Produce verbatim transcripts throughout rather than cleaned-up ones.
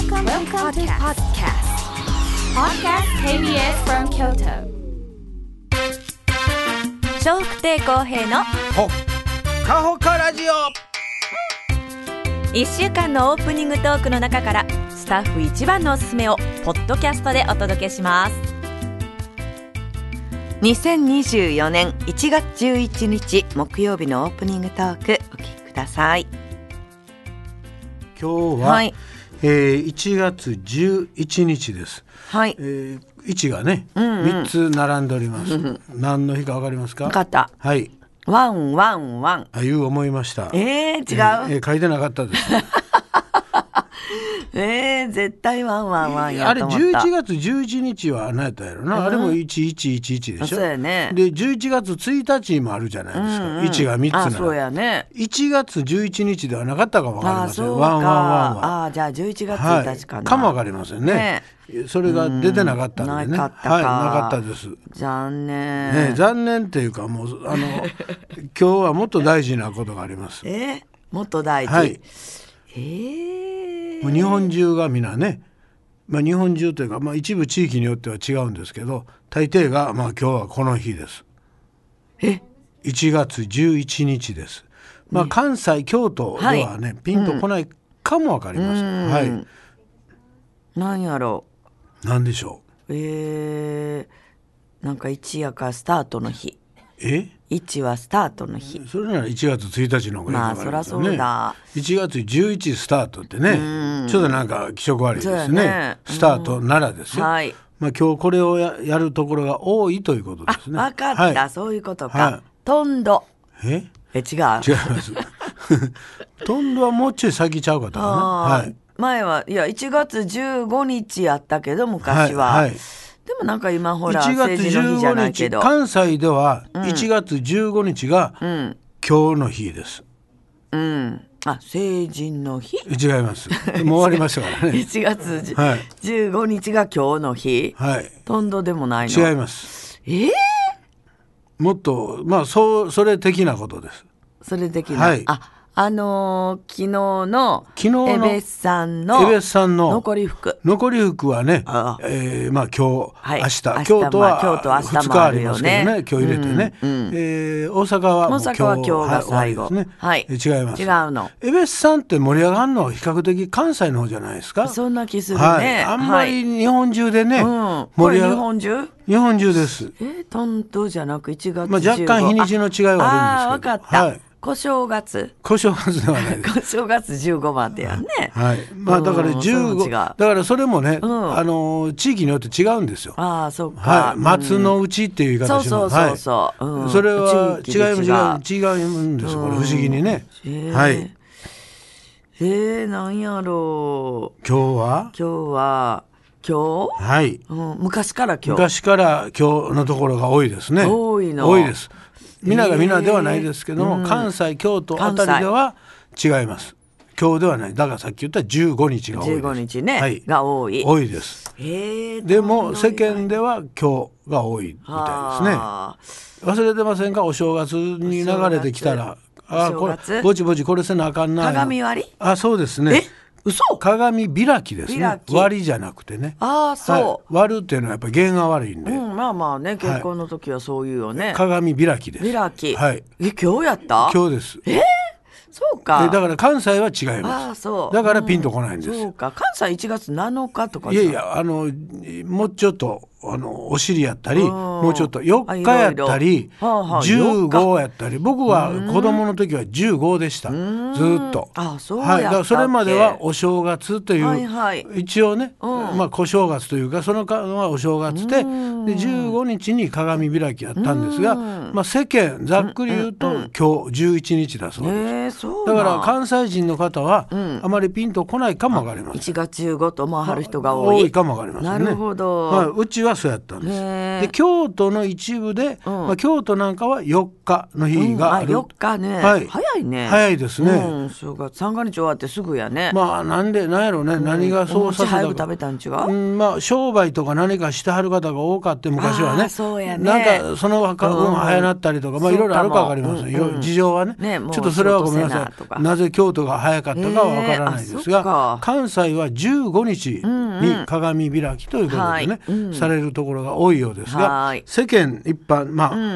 Welcome, Welcome to podcast. Podcast ケービーエス from Kyoto. 笑福亭公平のほっかほかラジオ。 いっしゅうかんのオープニングトークの中からスタッフ一番のおすすめをポッドキャストでお届けします。にせんにじゅうよねんいちがつじゅういちにち木曜日のオープニングトークお聞きください。 今日は、はいえー、いちがつじゅういちにちです、 はいえー、いちがね、うんうん、みっつ並んでおります、うん、何の日か分かりますか？ 分かった、 はい、 ワンワンワンあいう思いました。 えー、違う、 えーえー、書いてなかったですえー、絶対ワンワンワンやと思った。 あれじゅういちがつじゅういちにちは何やったやろな、うん、あれもいちいちいちいちでしょ。 そうやね。 でじゅういちがつついたちもあるじゃないですか、うんうん、いちがみっつなら。あそうやね。 いちがつじゅういちにちではなかったかも分かりません。 あそうかワンワンワンはあじゃあじゅういちがつついたちかな、 はい、かも分かりません ね, ねそれが出てなかったんでね。 なかったか、 はい、なかったです。 残念、 ね、残念っていうかもうあの今日はもっと大事なことがあります。 えもっと大事、 はいえー、 もう日本中がみんなね、まあ、日本中というか、まあ、一部地域によっては違うんですけど大抵が、まあ、今日はこの日です。 えいちがつじゅういちにちです、まあ、関西京都ではね、はい、ピンとこないかもわかりません、うんはい、 何やろう何でしょう。えー、なんか一夜からスタートの日。 えいちはスタートの日。 それならいちがつついたちの方がいいかもわかりますよね。 まあそらそうだ。 いちがつじゅういちスタートってね、ちょっとなんか気色悪いです ね, ねスタートならですよ、はいまあ、今日これを や, やるところが多いということですね。 あ分かった、はい、そういうことか、はい、トンドええ違う違いますトンドはもうちょい先ちゃうかったかな、はい、 前はいやいちがつじゅうごにちやったけど昔は、はいはい、でもなんか今ほら成人の日じゃないけど関西ではいちがつじゅうごにちが、うん、今日の日です。 うんあ成人の日違います。もう終わりましたからねいちがつじゅうごにちが今日の日、はい、トンドでもないの？ 違います。 えー、 もっとまあそうそれ的なことです。 それ的な、 はい、 ああのー、昨日のエベスさんの残り服残り服はねあ、えーまあ、今日、はい、明日明日京都はふつかありますけどね、 今日今日入れてね、うんうんえー、大阪はもう今日、 大阪は今日が最後、 はいねはい、違います。 違うの。 エベスさんって盛り上がるのは比較的関西の方じゃないですか。 そんな気するね、 はい、あんまり日本中でね、 はい、盛り上がる、これ日本中日本中です。 えー、トントじゃなくいちがつじゅうご、 まあ、若干日にちの違いはあるんですけど。 あ分かった、 はい小正月小正月ではないです小正月じゅうごばんでやんね、 はいまあ、だからじゅうごだからそれもね、うん、あの地域によって違うんですよ。 ああそうか、 はい、松の内っていう言い方します。 そうそうそうそう、 はいうん、それは違いも違う違うんですよ、これ不思議にね、 うん、 はいえー、なんやろう今日は今日は今日、 はいうん、昔から今日昔から今日のところが多いですね。 多いの多いです。皆が皆ではないですけども、えーうん、関西京都あたりでは違います。今日ではない。だからさっき言ったじゅうごにちが多いです。じゅうごにちね、はい、が多い多いです、 えー、 でも世間では今日が多いみたいですね。忘れてませんか？お正月に流れてきたらあこれぼちぼちこれせなあかんな。 鏡割りあそうですね。 え嘘鏡開きですね。割りじゃなくてね。 ああそう、はい、 割るっていうのはやっぱり弦が悪いんで、 うん、まあまあね結婚の時はそういうよね、はい、 鏡開きです。 開き、 はい、 え今日やった今日です。 えー、そうか。 だから関西は違います。 あそうだからピンとこないんです、 うん、そうか関西いちがつなのかとか。 いやいやあのもうちょっとあのお尻やったりもうちょっとよっかやったりじゅうごやったり、僕は子供の時はじゅうごでした。ずっと。 あそうやったっけ、 はい、だからそれまではお正月という、 はいはい、 一応ね、うんまあ、小正月というかその間はお正月で、でじゅうごにちに鏡開きやったんですが、まあ、世間ざっくり言うと、うんうん、今日じゅういちにちだそうです、 えー、そうだから関西人の方はあまりピンとこないかもわかりません。 いちがつじゅうごと思わはる人が多い、 多いかもわかりませんね。 なるほど、 まあ、うちはがそうやったんです。で京都の一部で、うんまあ、京都なんかはよっかの日がある、 うん、あよっかね、 はい、 早いね早いですね、 うん、正月三が日終わってすぐやね。 まあなんでなんやろうね、うん、何がそうさせたか、 早く食べたん違う、 うんまあ、商売とか何かしてはる方が多かった昔はね。 そうやね、 なんかその若運早なったりとか、まあいろいろあるか分かりません、いろいろ事情は ね, ねちょっとそれはごめんなさい、なぜ京都が早かったかは分からないですが、えー、関西はじゅうごにちに鏡開きということでね、うんうん、されるところが多いようですが、世間一般、まあうんうん、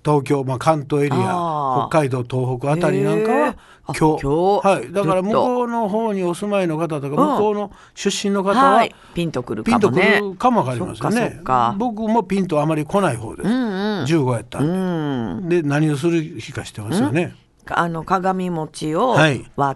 東京、まあ、関東エリア、北海道、東北あたりなんかは今日、はい、だから向こうの方にお住まいの方とか、うん、向こうの出身の方は、はい、 ピンとくるかもね、 ピンとくるかもわかりませんね。僕もピンとあまり来ない方です、うんうん、じゅうごやったんで、うん、で何をする日かしてますよね、 うん、あの鏡餅を割って、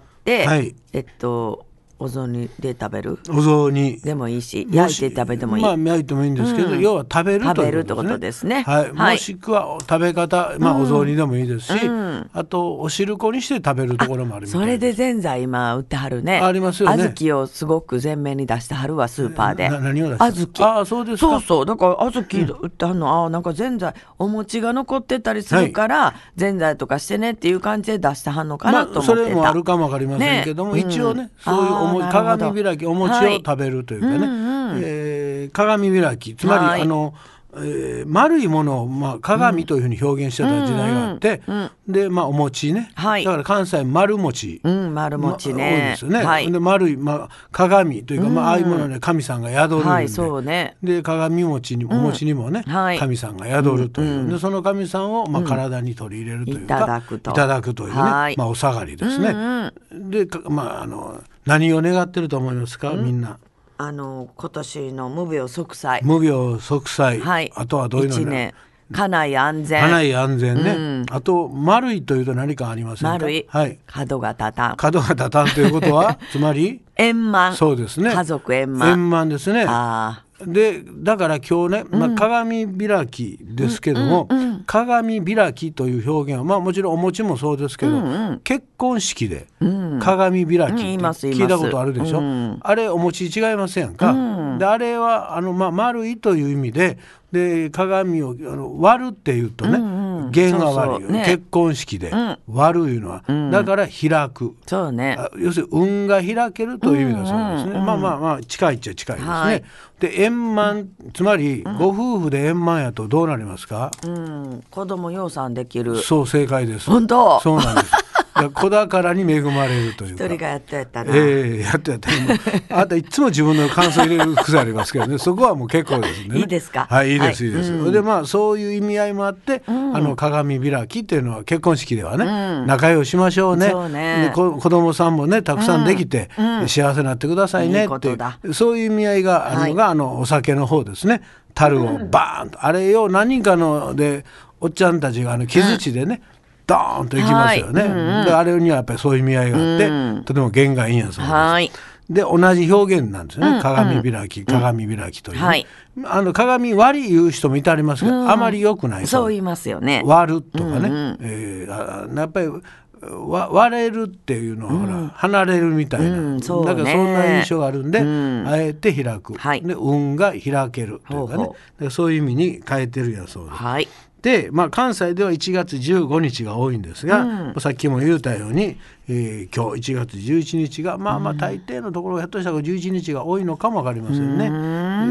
はいはい、えっとお雑煮で食べる、 お雑煮でもいいし、焼いて食べてもいい、 まあ焼いてもいいんですけど、うん、要は食べるということですね、はいはい、もしくは食べ方、まあ、お雑煮でもいいですし、うん、あとお汁粉にして食べるところもあるみたいです。 それでぜんざい今売ってはるね、 ありますよね。 小豆をすごく前面に出してはるわ、スーパーで。 な何を出して小豆、 あそうですか。 そうそうだから小豆売ってはるの、うん、あなんかぜんざいお餅が残ってたりするから、はい、ぜんざいとかしてねっていう感じで出してはんのかなと思ってた、まあ、 それもあるかもわかりませんけども、ね、一応ね、うん、そういうおも鏡開きお餅を食べるというかね、はいうんうんえー、鏡開き、つまり、はい、あのえー、丸いものを、まあ、鏡というふうに表現してた時代があって、うんうんうん、で、まあ、お餅ね、はい、だから関西丸餅、 うん、丸餅ね、 まあ、多いですよね、 はい、 で丸い、まあ、鏡というか、まあ、ああいうものね神さんが宿るんで、 はいそうね、 で鏡餅にお餅にもね、うんはい、神さんが宿るという、うん、でその神さんを、まあ、体に取り入れるというか、うん、いただくといただくというね、はいまあ、お下がりですね、うんうん、で、まあ、あの何を願ってると思いますか、うん、みんな。 あの今年の無病息災、 無病息災、はい、あとはどういうのいちねん家内安全、 家内安全ね、うん、あと丸いというと何かありませんか。 丸い、はい、角が立たん、 角が立たんということはつまり円満、 そうですね、 家族円満、 円満ですね。 あでだから今日ね、まあ、鏡開きですけども、うんうんうん、鏡開きという表現は、まあ、もちろんお餅もそうですけど、うんうん、結婚式で鏡開きって聞いたことあるでしょ、うん、あれお餅違いませんか、うん、であれはあの、まあ、丸いという意味で、で鏡をあの割るっていうとね、うんうん、弦が割るよ、そうそう、ね、結婚式で割るいうのは、うん、だから開く、 そうね、 要するに運が開けるという意味だそうですね、うんうんうん、まあまあまあ近いっちゃ近いですね、はい、で円満、つまりご夫婦で円満やとどうなりますか、 うん、子供養蚕できる。 そう正解です。 本当そうなんです子宝に恵まれるというか、 一人がやってやったな、 えー、やってやったあなたいつも自分の感想入れる癖ありますけどねそこはもう結構ですね。 いいですか。 はいいいです、はい、いいです、うん、でまあそういう意味合いもあって、うん、あの鏡開きっていうのは結婚式ではね、うん、仲良ししましょうね、そうね、でこ子供さんもねたくさんできて、うんうん、幸せになってくださいねっていう、そういう意味合いがあるのが、はい、あのお酒の方ですね。樽をバーンと、うん、あれを何人かのでおっちゃんたちがあの木槌でね、うんドーンといきますよね、はいうんうん、であれにはやっぱりそういう意味合いがあって、うん、とても弦がいいんやそうです。はいで同じ表現なんですよね、うん、鏡開き、うん、鏡開きという、ねはい、あの鏡割り言う人もいてありますが、うん、あまり良くない。 そう言いますよね、 割るとかね、うんうんえー、やっぱり割れるっていうのは、うん、ほら離れるみたいな、うんね、だからそんな印象があるんで、うん、あえて開く、はい、で運が開けるというかね、ほうほうそういう意味に変えてるやそうです、はいでまあ、関西ではいちがつじゅうごにちが多いんですが、うん、さっきも言ったように、えー、今日いちがつじゅういちにちがまあまあ大抵のところひょっとしたらじゅういちにちが多いのかもわかりませんね、うん、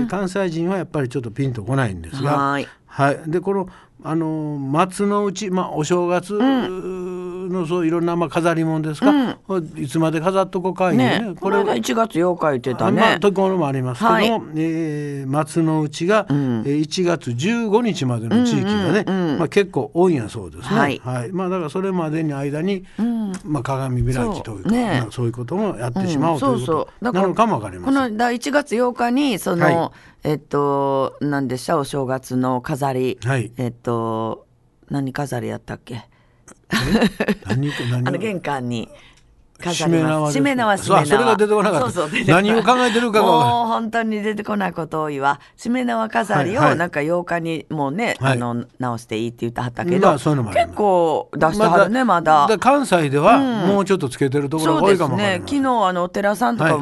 関西人はやっぱりちょっとピンとこないんですが、はいはい、でこのあの松の内、まあ、お正月のそういろんなまあ飾り物ですか、うん、いつまで飾っとこうかいね、 ねこれがいちがつようか言ってたね、 まあ、ところもありますけども、はいえー、松の内が、うん、いちがつじゅうごにちまでの地域がね、うんうんうんまあ、結構多いんやそうですね、はいはいまあ、だからそれまでに間に、うんまあ、鏡開きというかそう、ねまあ、そういうこともやってしまおう、うん、ということなのかもわかりません。 このいちがつようかにその、はいえっと何でしたお正月の飾り、はい、えっと何飾りやったっけ何何あの玄関に飾ります。しめ縄しめ縄。 それが出てこなかった。そうそう何を考えてるかがもう本当に出てこないこと多いわ。しめ縄飾りをなんかようかにもうね、はい、あの直していいって言ってはったけど、まあ、そういうのもあります。結構出してはるねまだ。 まだ関西ではもうちょっとつけてるところが多いかもわからない。 そうですね。昨日あのお寺さんとかも、はい、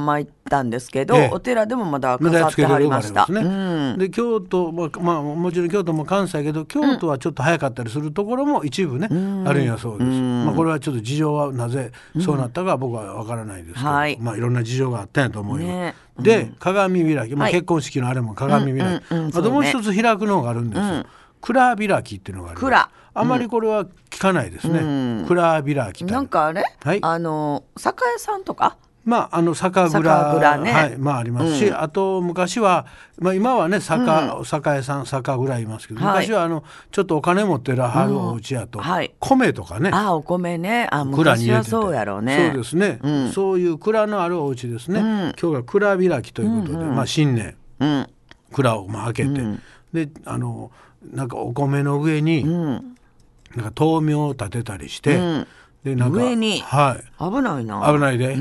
ったんですけど、ええ、お寺でもまだ飾ってはりました。 ね、うん、で京都、まあまあ、もちろん京都も関西やけど京都はちょっと早かったりするところも一部ね、うん、あるんやそうです、まあ、これはちょっと事情はなぜそうなったかは僕は分からないですけど、うん、はい、まあ、いろんな事情があったんやと思います、ね、で、うん、鏡開き、まあ、結婚式のあれも鏡開き、はい、あともう一つ開くのがあるんですよ、うん、蔵開きっていうのがある。蔵、あまりこれは聞かないですね、うん、蔵開きなんかあれ、はい、あの酒屋さんとか、 まあ、あの酒蔵、酒蔵ね、はい、まあ、ありますし、うん、あと昔は、まあ、今はね 酒,、うん、酒屋さん酒蔵いますけど、はい、昔はあのちょっとお金持ってらはるお家やと、うん、はい、米とかね、 あお米ね、あ昔はそうやろうね、 そうですね、うん、そういう蔵のあるお家ですね、うん、今日が蔵開きということで、うんうん、まあ、新年、うん、蔵をまあ開けて、うん、であのなんかお米の上に、うん、なんか豆苗を立てたりして、うん、でなんか上に、はい、危ないな、 危ないで、うん、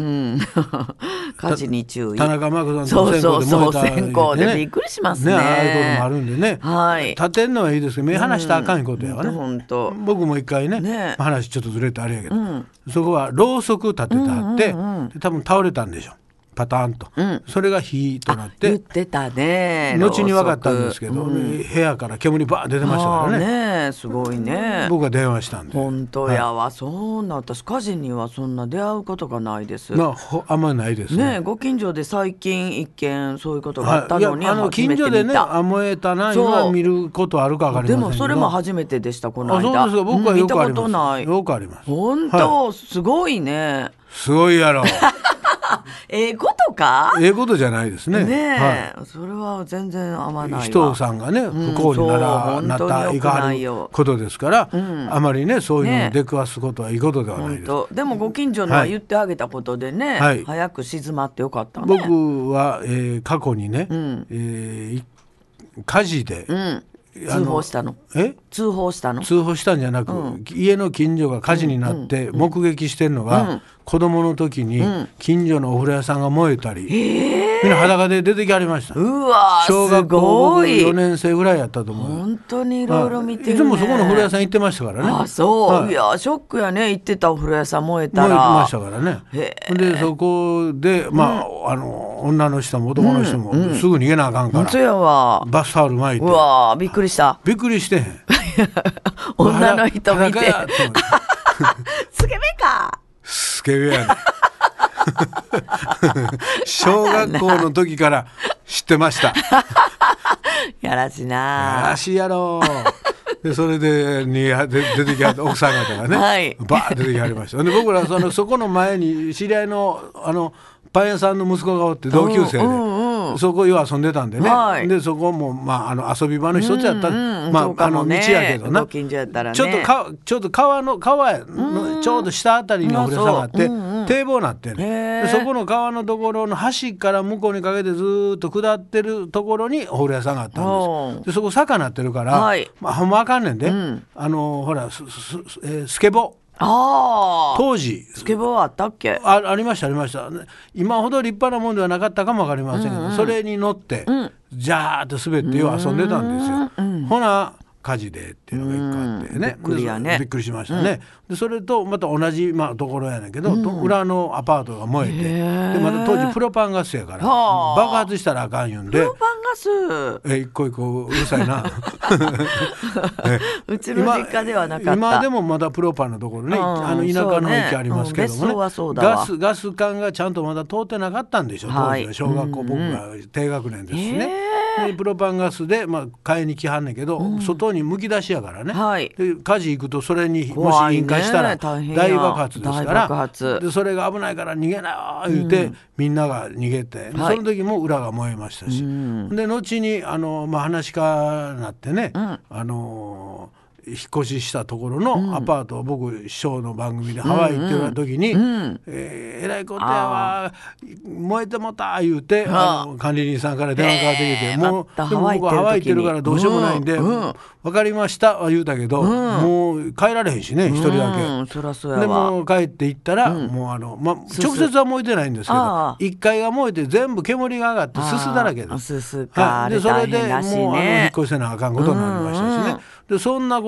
火事に注意。 田中真子さんと線香で燃えた、ね、 線香でびっくりしますね。 ね、ああいうこともあるんでね、はい、立てんのはいいですけど目離したらあかんことやわね、 うん、 僕も一回 ね, ね話ちょっとずれてあれやけど、うん、そこはろうそく立ててあって、うんうんうん、多分倒れたんでしょパターンと、うん、それが火となって言ってたね、 後に分かったんですけど、うん、部屋から煙バー出てましたからね、 ね、すごいね、 僕が電話したんで。 本当やわ、はい、そんな私火事にはそんな出会うことがないです、 まあ、あんまりないですね。 ね、ご近所で最近一見そういうことがあったのに、 はい、あの近所でね燃えたな今見ることあるか分かりませんけど、 でもそれも初めてでしたこの間。 あ、そうですか、僕はよくあります、 うん、見たことない、 よくあります。 本当、はい、すごいね、 すごいやろええことか、 ええことじゃないですね。 ねえ、はい、それは全然合わないわ。 人さんがね不幸になら、うん、なったいかはることですから、うん、あまりねそういうのに出くわすことはいいことではないです、ね、 でもご近所のは言ってあげたことでね、はい、早く静まってよかったね。 僕は、えー、過去にね、うん、えー、火事で、うん、 通報したの。 え通報したの通報したんじゃなく、うん、家の近所が火事になって目撃してるのが、うん、子供の時に近所のお風呂屋さんが燃えたり、うん、みんな裸で出てきはりました。 うわ、 小学校よねん生ぐらいやったと思う。 本当にいろいろ見てるね。 いつもそこのお風呂屋さん行ってましたからね。 あ、そう、はい、いやショックやね、行ってたお風呂屋さん燃えたら燃えてましたからね。でそこでまあ、うん、あの女の人も男の人もすぐ逃げなあかんから、うんうん、本当やわ、バスタオル巻いて、 うわびっくりした、 びっくりしてへん女の人見てスケベか、 スケベやね小学校の時から知ってましたやらしな、 やらしいやろでそれでに出てきはった奥さん方がね、はい、バーッ出てきはりました。で僕らそのそこの前に知り合いのあのパン屋さんの息子がおって同級生で、うんうん、そこよう遊んでたんでね、はい、でそこも、まあ、あの遊び場の一つやった、うんうん、まあ、あの道やけどな、 近所やったらね、 ちょっとかちょっと川の川のちょうど下あたりにお風呂さんがあって、うんうん、堤防なってね、でそこの川のところの橋から向こうにかけてずっと下ってるところにお風呂屋さんがあったんです。でそこ坂なってるから、はい、まあ、ほんまあかんねんで、うん、あのほら ス, ス, ス, えー、スケボー、あ当時スケボーあったっけ。 あ, ありましたありました。今ほど立派なもんではなかったかもわかりませんけど、うんうん、それに乗って、うん、ジャーッと滑ってよう遊んでたんですよ、うんうん、ほな火事でっていうのが一個あってね、 びっくりやね、 びっくりしましたね、うん、でそれとまた同じ、まあ、ところやねんけど、うん、裏のアパートが燃えて、でまた当時プロパンガスやから爆発したらあかん言うんで、 プロパンガスえ一個一個うるさいなうちの実家ではなかった。 今, 今でもまだプロパンのところね、あの田舎の駅ありますけどもね、うん、ガスガス管がちゃんとまだ通ってなかったんでしょ、当時は小学校、僕が低学年ですね、でプロパンガスで、まあ、買いに来はんねんけど、うん、外にむき出しやからね、はい、で火事行くとそれにもし引火したら大爆発ですから、でそれが危ないから逃げな言うて、うん、みんなが逃げて、はい、その時も裏が燃えましたし、うん、で後にあの、まあ、話し家になってね、うん、あの引っ越ししたところのアパートを、うん、僕師匠の番組でハワイ行ってる時に、うんうんえー、えらいことやわ燃えてもた言うて、あの管理人さんから電話かかってきて、えー、もうでも僕はハワイ行ってるからどうしようもないんで、うんうん、分かりましたは言うたけど、うん、もう帰られへんしね一人だけ、うん、そらそうやわ。でも帰って行ったら、うん、もうあの、ま、直接は燃えてないんですけどいっかいが燃えて全部煙が上がってすすだらけです。 すすか、 はい、でそれでもうあの引っ越せなあかんことになりましたしね、うんうん、でそんなこ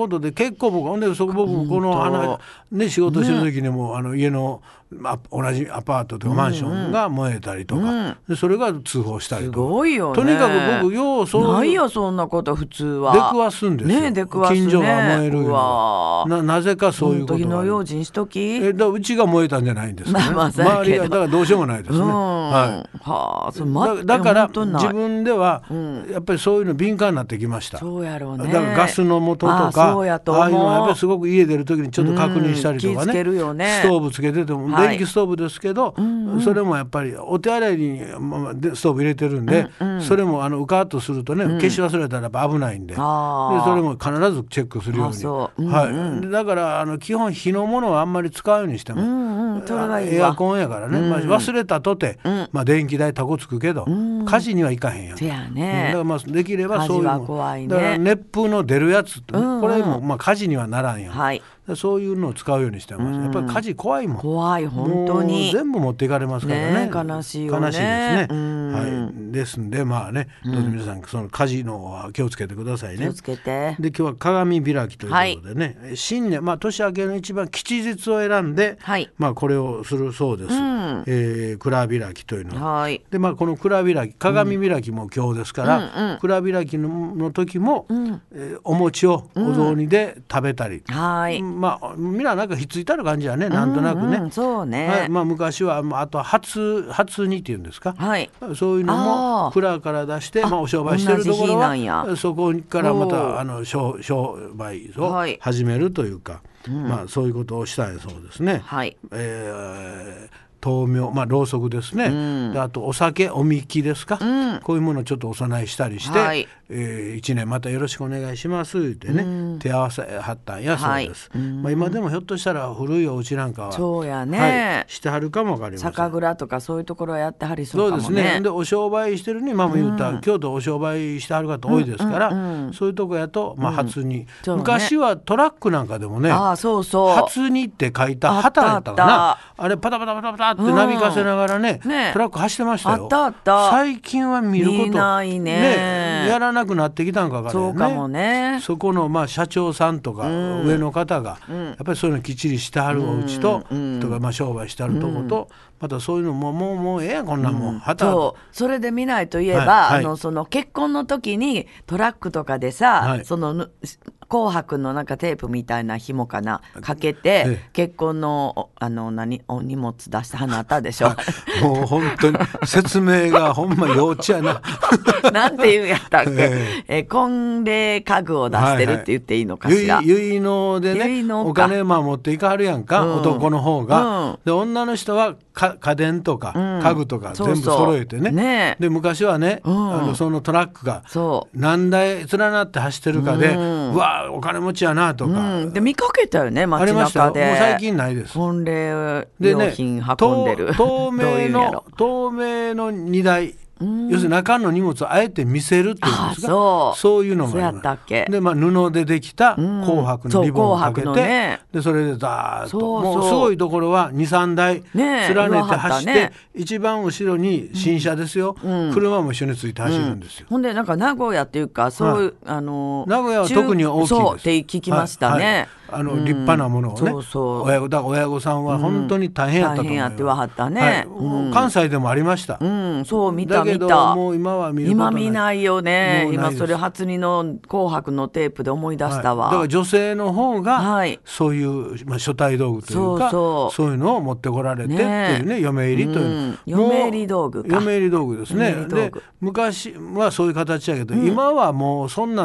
ことで結構僕ほんでそこ僕この話、ね、仕事してる時にも、ね、あの家のま、同じアパートとかマンションが燃えたりとか、うんうん、でそれが通報したりとか、 すごいよね。 とにかく僕ようそうないよそんなこと普通は出くわすんですよ、ね、出くわすね、近所が燃えるの な, なぜかそういうことが火の用心しときえだうちが燃えたんじゃないんですか、ね、 まあまあ、 周りがだからどうしようもないですね、うんはい、はあ、それだ, だから自分ではやっぱりそういうの敏感になってきました、 そうやろうね、 だからガスの元とか あ, そうやと思う、 ああいうのはやっぱりすごく家出る時にちょっと確認したりとか ね,、うん、気つけるよね、ストーブつけてても、はい、電気ストーブですけど、うんうん、それもやっぱりお手洗いにストーブ入れてるんで、うんうん、それもあのうかっとするとね、うん、消し忘れたらやっぱ危ないんで、でそれも必ずチェックするように、 うんうん、 はい、だからあの基本火のものはあんまり使うようにしてます、うんうん、それがいいわ、エアコンやからね、うん、まあ、忘れたとて、うんまあ、電気代タコつくけど、うん、火事にはいかへんやん、 せやね、 だからまあできればそういうの、 怖いね、 だから熱風の出るやつって、ね、うんうん、これもまあ火事にはならんやん、 はい、 そういうのを使うようにしてます、うん、やっぱり火事怖いもん、 怖い、本当にもう全部持っていかれますからね、 ね、悲しいよね、 悲しいですね、 うん、 はい、ですんでまあね、どうぞ皆さんその火事のは気をつけてくださいね、 気をつけて、 で今日は鏡開きということでね、はい、新年、まあ、年明けの一番吉日を選んで、はい、まあ、これをするそうです、うん、えー、蔵開きというのは、はい、でまあ、この蔵開き鏡開きも今日ですから、うんうん、蔵開き の, の時も、うんえー、お餅をお雑煮で食べたり、うん、はい、まあみんななんかひっついたる感じやね、なんとなくね、うんうん、そうね、はい、まあ、昔はあと初初煮っていうんですか、はい、そういうのも蔵から出して、まあ、お商売してるところはそこからまたあの 商, 商売を始めるというか、はい、まあ、そういうことをしたいそうですね、はい、えー灯明、まあ、ろうそくですね、うん、であとお酒おみきですか、うん、こういうものをちょっとお供えしたりして、はい、えー、いちねんまたよろしくお願いしますってね、うん、手合わせはったんやそうです、はい、まあ、今でもひょっとしたら古いお家なんかはそうやね、 はい、してはるかもわかりません、 酒蔵とかそういうところはやってはりそうかもね、 そうですね、でお商売してるに今も言った、うん、京都お商売してはる方多いですから、うんうんうん、そういうとこやと、まあ、初に、うん、昔はトラックなんかでもね、あ、そうそう、初にって書いた旗やったかな、 あ, あれパタパタパタパタってなびかせながら ね,、うん、ね、トラック走ってましたよ、 あったあった、 最近は見ること見ない ね, ねやらなくなってきたんかからね、 そうかもね、 そこのまあ社長さんとか上の方がやっぱりそういうのきっちりしてはるお家と、うん、とかまあ商売してはるとこと、うん、またそういうのももうもうええやんこんなんもう、うん、はたそう、それで見ないといえば、はいはい、あのその結婚の時にトラックとかでさ、はい、その紅白のなんかテープみたいな紐かなかけて、ええ、結婚のあの何お荷物出した花あったでしょ、はい、 もう本当に説明がほんま幼稚やななんて言うんやったっけ、ええ、婚礼家具を出してるって言っていいのかしら、 はいはい、結納でねお金まあ持っていかはるやんか、うん、男の方が、うん、で女の人はか家電とか家具とか全部揃えてね、うん、そうそうね、で昔はね、うん、あのそのトラックが何台連なって走ってるかで、うん、うわお金持ちやなとか、 うん、で見かけたよね街中で、ありましたよ、 もう最近ないです、 婚礼用品運んでる、 ね、透明の透明の荷台、要するに中の荷物をあえて見せるっていうんですか、そう、そういうのもあります。で、まあ、布でできた紅白のリボンをかけて、うん、ね、でそれでザーッとそうそうもうすごいところは に,さん 台連ねて走って、ね、一番後ろに新車ですよ、うん、車も一緒について走るんですよ、 うん、ほんでなんか名古屋っていうかそういう、はい、あの名古屋は特に大きいです、 そうって聞きましたね、はいはい、 あの立派なものをね、うん、そうそう親御だ親御さんは本当に大変やったと思うよ、 大変やって言わはったね、はい、 うん、関西でもありました、 うん、そう見た見た、 だけどもう今は見ることない、 今見ないよね、今それ初二の紅白のテープで思い出したわ、 はい、だから女性の方がそういう、まあ、書体道具というか、そうそう、そういうのを持ってこられてっていうね、嫁入りという、うん、 嫁入り道具か、 嫁入り道具ですね、で昔はそういう形やけど、うん、今はもうそんなん、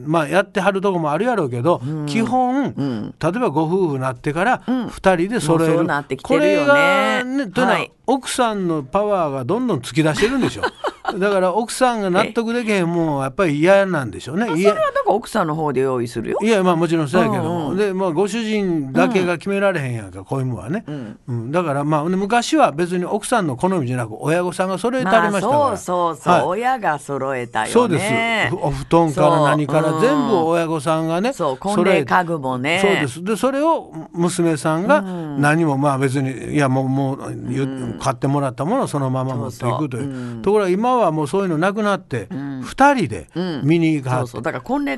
まあ、やってはるとこもあるやろうけど、うん、基本、うん、例えばご夫婦になってからふたりで揃える、うん、そうなってきてるよね、これがね、というのは、はい、奥さんのパワーがどんどん突き出してるんでしょだから奥さんが納得できへんもうやっぱり嫌なんでしょうね。 それはだから奥さんの方で用意するよ。 いやまあもちろんそうやけど、うんうん、で、まあ、ご主人だけが決められへんやんか、うん、こういうもんはね、うんうん、だからまあ昔は別に奥さんの好みじゃなく親御さんが揃えてありましたから、まあ、 そうそうそう、はい、親が揃えたよね。 そうです。お布団から何から全部親御さんがね、 そう婚礼家具もね、 そうです。でそれを娘さんが何もまあ別にいやもう、もう、うん、買ってもらったものをそのまま持っていくという、そうそう、うん、ところが今はもうそういうのなくなって、うん、ふたりで見に行かはって、 そうそう、だから婚礼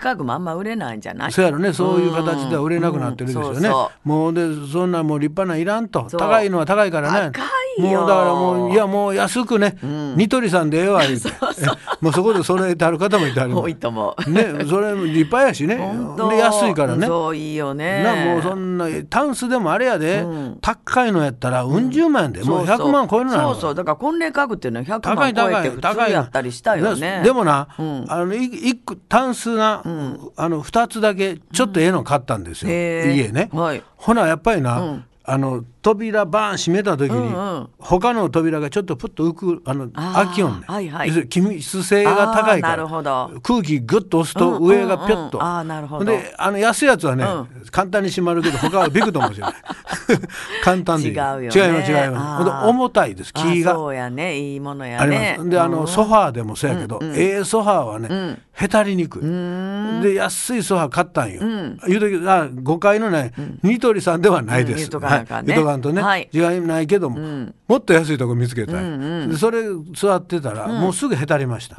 家具もあんま売れないんじゃない？ そうやろね、そういう形では売れなくなってるでしょうね、うんうん、そうそうもうでそんなもう立派ないらんと、高いのは高いからね、 高いよもうだからもういやもう安くね、うん、ニトリさんでええわ言うてそうそうもうそこでそれてある方もいてある多いと思うね、それ立派やしねで安いからね、 そういいよねなもうそんなタンスでもあれやで、うん、高いのやったらうん十万円で、うん、もうひゃくまん超えるのやろ。 そうそうだから婚礼家具っていうのはひゃくまん超えて普通やったりしたよね。 でもな、うん、あの一個タンスな、うん、あのふたつだけちょっとええの買ったんですよ、うん、家ね、はい、ほなやっぱりな、うんあの扉バーン閉めた時に、うんうん、他の扉がちょっとプッと浮くあの開きよんね、はいはい、気密性が高いから空気グッと押すと上がピョッと、うんうんうん、あなるほどであの安いやつはね、うん、簡単に閉まるけど他はビクともしれない簡単でいい違うよね違います違います重たいです木がそうやねいいものやねありますであの、うん、ソファーでもそうやけど、うんうん、ええソファーはね、うんへたりにくいで安いソファー買ったんよ、うん、言うときあごかいのね、うん、ニトリさんではないです、うん、言うとかなんかね、はい、言うとかんとね、はい、違いないけども、うん、もっと安いとこ見つけたい、うんうん、でそれ座ってたら、うん、もうすぐへたりました、うん、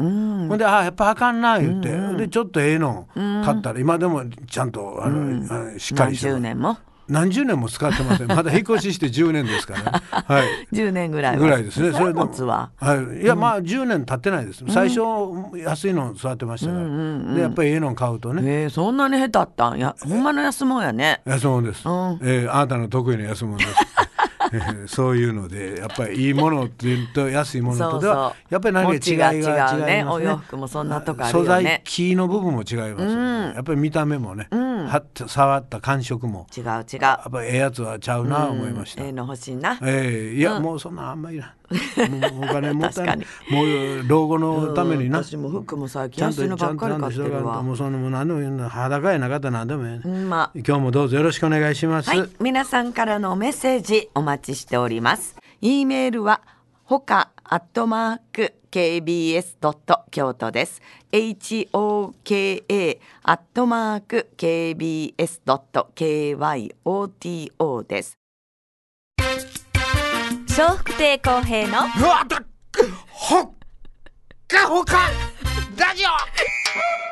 ほんであやっぱあかんな言って、うん、でちょっとええの買ったら、うん、今でもちゃんとあの、うん、しっかりして何十年も何十年も使ってませんまだ引っ越ししてじゅうねんですから、ねはい、 じゅうねんぐらいはぐらいですねそれ持つわ、 はい、いやまあじゅうねん経ってないです、うん、最初安いの座ってましたから、うんうんうん、でやっぱりええの買うとね、 えー、そんなに下手ったんやほんまの安もんやね安もんです、うんえー、あなたの得意な安もんですそういうのでやっぱりいいものっていうと安いものとではそうそうやっぱり何か違いが違いますね。 お洋服もそんなとこあるよね。 素材木の部分も違います、ねうん、やっぱり見た目もね、うん、はって触った感触も違う違うやっぱりええやつはちゃうな思いました。 ええの欲しいな。 えー、いや、うん、もうそんなあんまりいらんもうお金もったいないもう老後のためにな、 うん、私も服も最近安いのばっかり買ってるわ。 もうそのもう何でもいいの裸やなかったら何でもいい、ねうんま、今日もどうぞよろしくお願いします、はい、 皆さんからのメッセージお待ちしております。 E メールはほかアットマーク ケービーエス ドット 京都です。 ホカ アットマーク ケービーエス ドット キョト です。 笑福亭公平のうわだほっかほかラジオ